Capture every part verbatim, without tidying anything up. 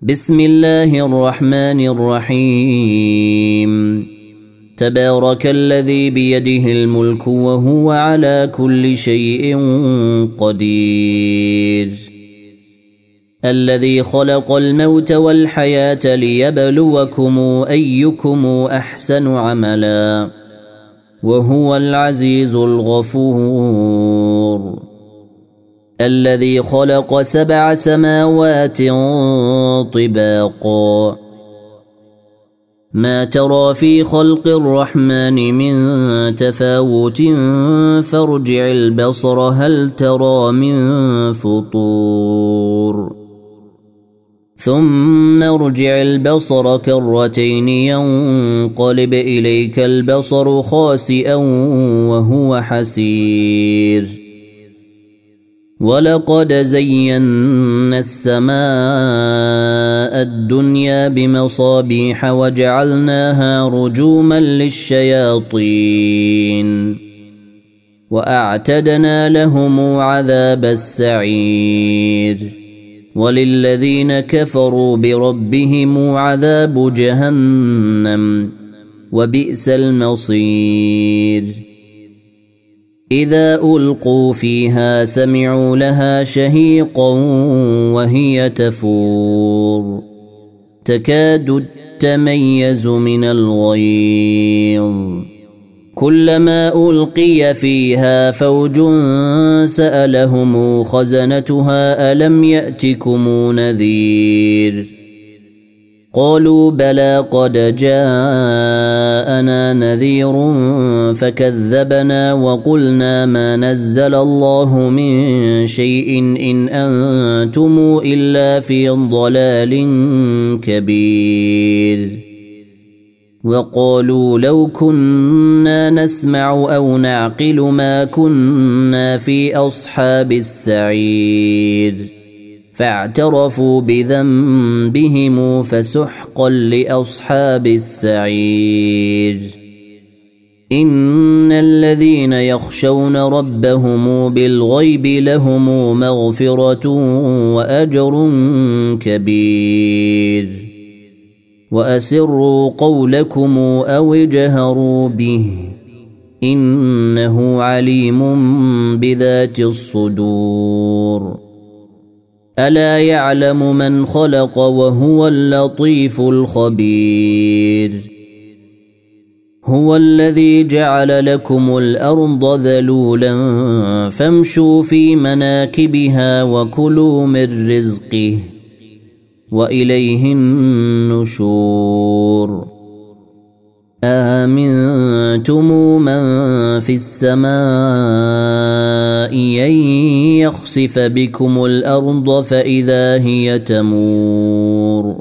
بسم الله الرحمن الرحيم. تبارك الذي بيده الملك وهو على كل شيء قدير. الذي خلق الموت والحياة ليبلوكم أيكم أحسن عملا وهو العزيز الغفور. الذي خلق سبع سماوات طباقا ما ترى في خلق الرحمن من تفاوت فارجع البصر هل ترى من فطور ثم ارجع البصر كرتين ينقلب إليك البصر خاسئا وهو حسير. ولقد زينا السماء الدنيا بمصابيح وجعلناها رجوما للشياطين وأعتدنا لهم عذاب السعير. وللذين كفروا بربهم عذاب جهنم وبئس المصير. إذا ألقوا فيها سمعوا لها شهيقا وهي تفور تكاد تميز من الغيظ. كلما ألقي فيها فوج سألهم خزنتها ألم يأتكم نذير قالوا بلى قد جاءنا نذير فكذبنا وقلنا ما نزل الله من شيء إن أنتم إلا في ضلال كبير. وقالوا لو كنا نسمع أو نعقل ما كنا في أصحاب السعير فاعترفوا بذنبهم فسحقا لأصحاب السعير. إن الذين يخشون ربهم بالغيب لهم مغفرة وأجر كبير. وأسروا قولكم أو اجهروا به إنه عليم بذات الصدور. ألا يعلم من خلق وهو اللطيف الخبير. هو الذي جعل لكم الأرض ذلولا فامشوا في مناكبها وكلوا من رزقه وإليه النشور. آمنتم من في السماء أن يخسف بكم الأرض فإذا هي تمور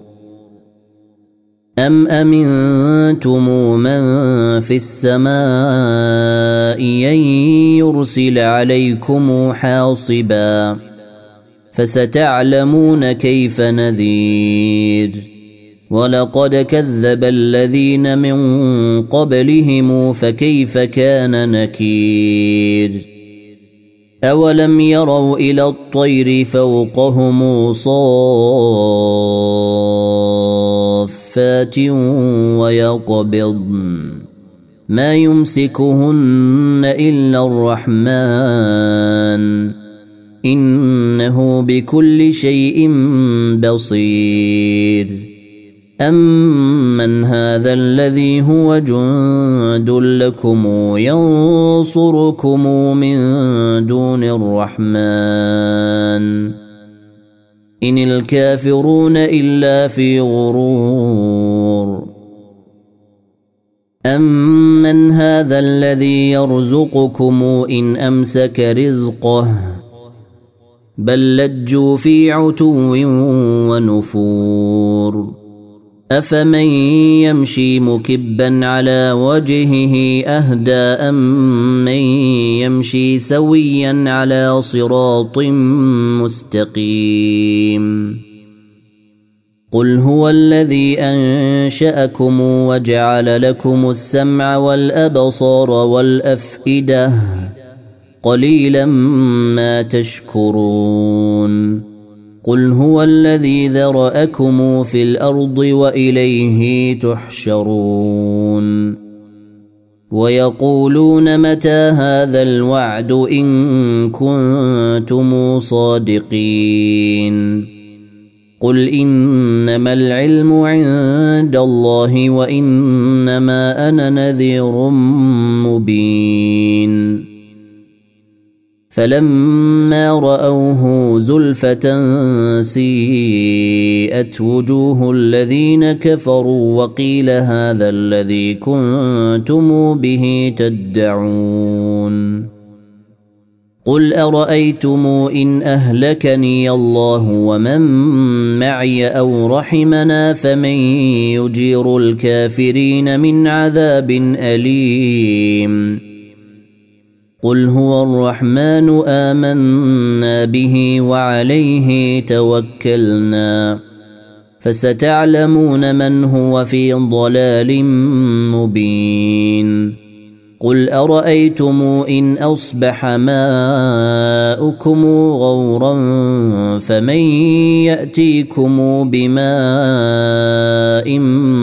أم أمنتم من في السماء أن يرسل عليكم حاصبا فستعلمون كيف نذير. ولقد كذب الذين من قبلهم فكيف كان نكير. أولم يروا إلى الطير فوقهم صافات ويقبضن ما يمسكهن إلا الرحمن إنه بكل شيء بصير. أمن هذا الذي هو جند لكم ينصركم من دون الرحمن إن الكافرون إلا في غرور. أمن هذا الذي يرزقكم إن أمسك رزقه بل لجوا في عتو ونفور. أفمن يمشي مكبا على وجهه أهدى أم من يمشي سويا على صراط مستقيم. قل هو الذي أنشأكم وجعل لكم السمع والأبصار والأفئدة قليلا ما تشكرون. قل هو الذي ذرأكم في الأرض وإليه تحشرون ويقولون متى هذا الوعد إن كنتم صادقين قل إنما العلم عند الله وإنما أنا نذير مبين فلما رأوه زلفة سيئت وجوه الذين كفروا وقيل هذا الذي كنتم به تدعون قل أرأيتم إن أهلكني الله ومن معي أو رحمنا فمن يجير الكافرين من عذاب أليم قل هو الرحمن آمنا به وعليه توكلنا فستعلمون من هو في ضلال مبين قل أرأيتم إن أصبح ماؤكم غورا فمن يأتيكم بماء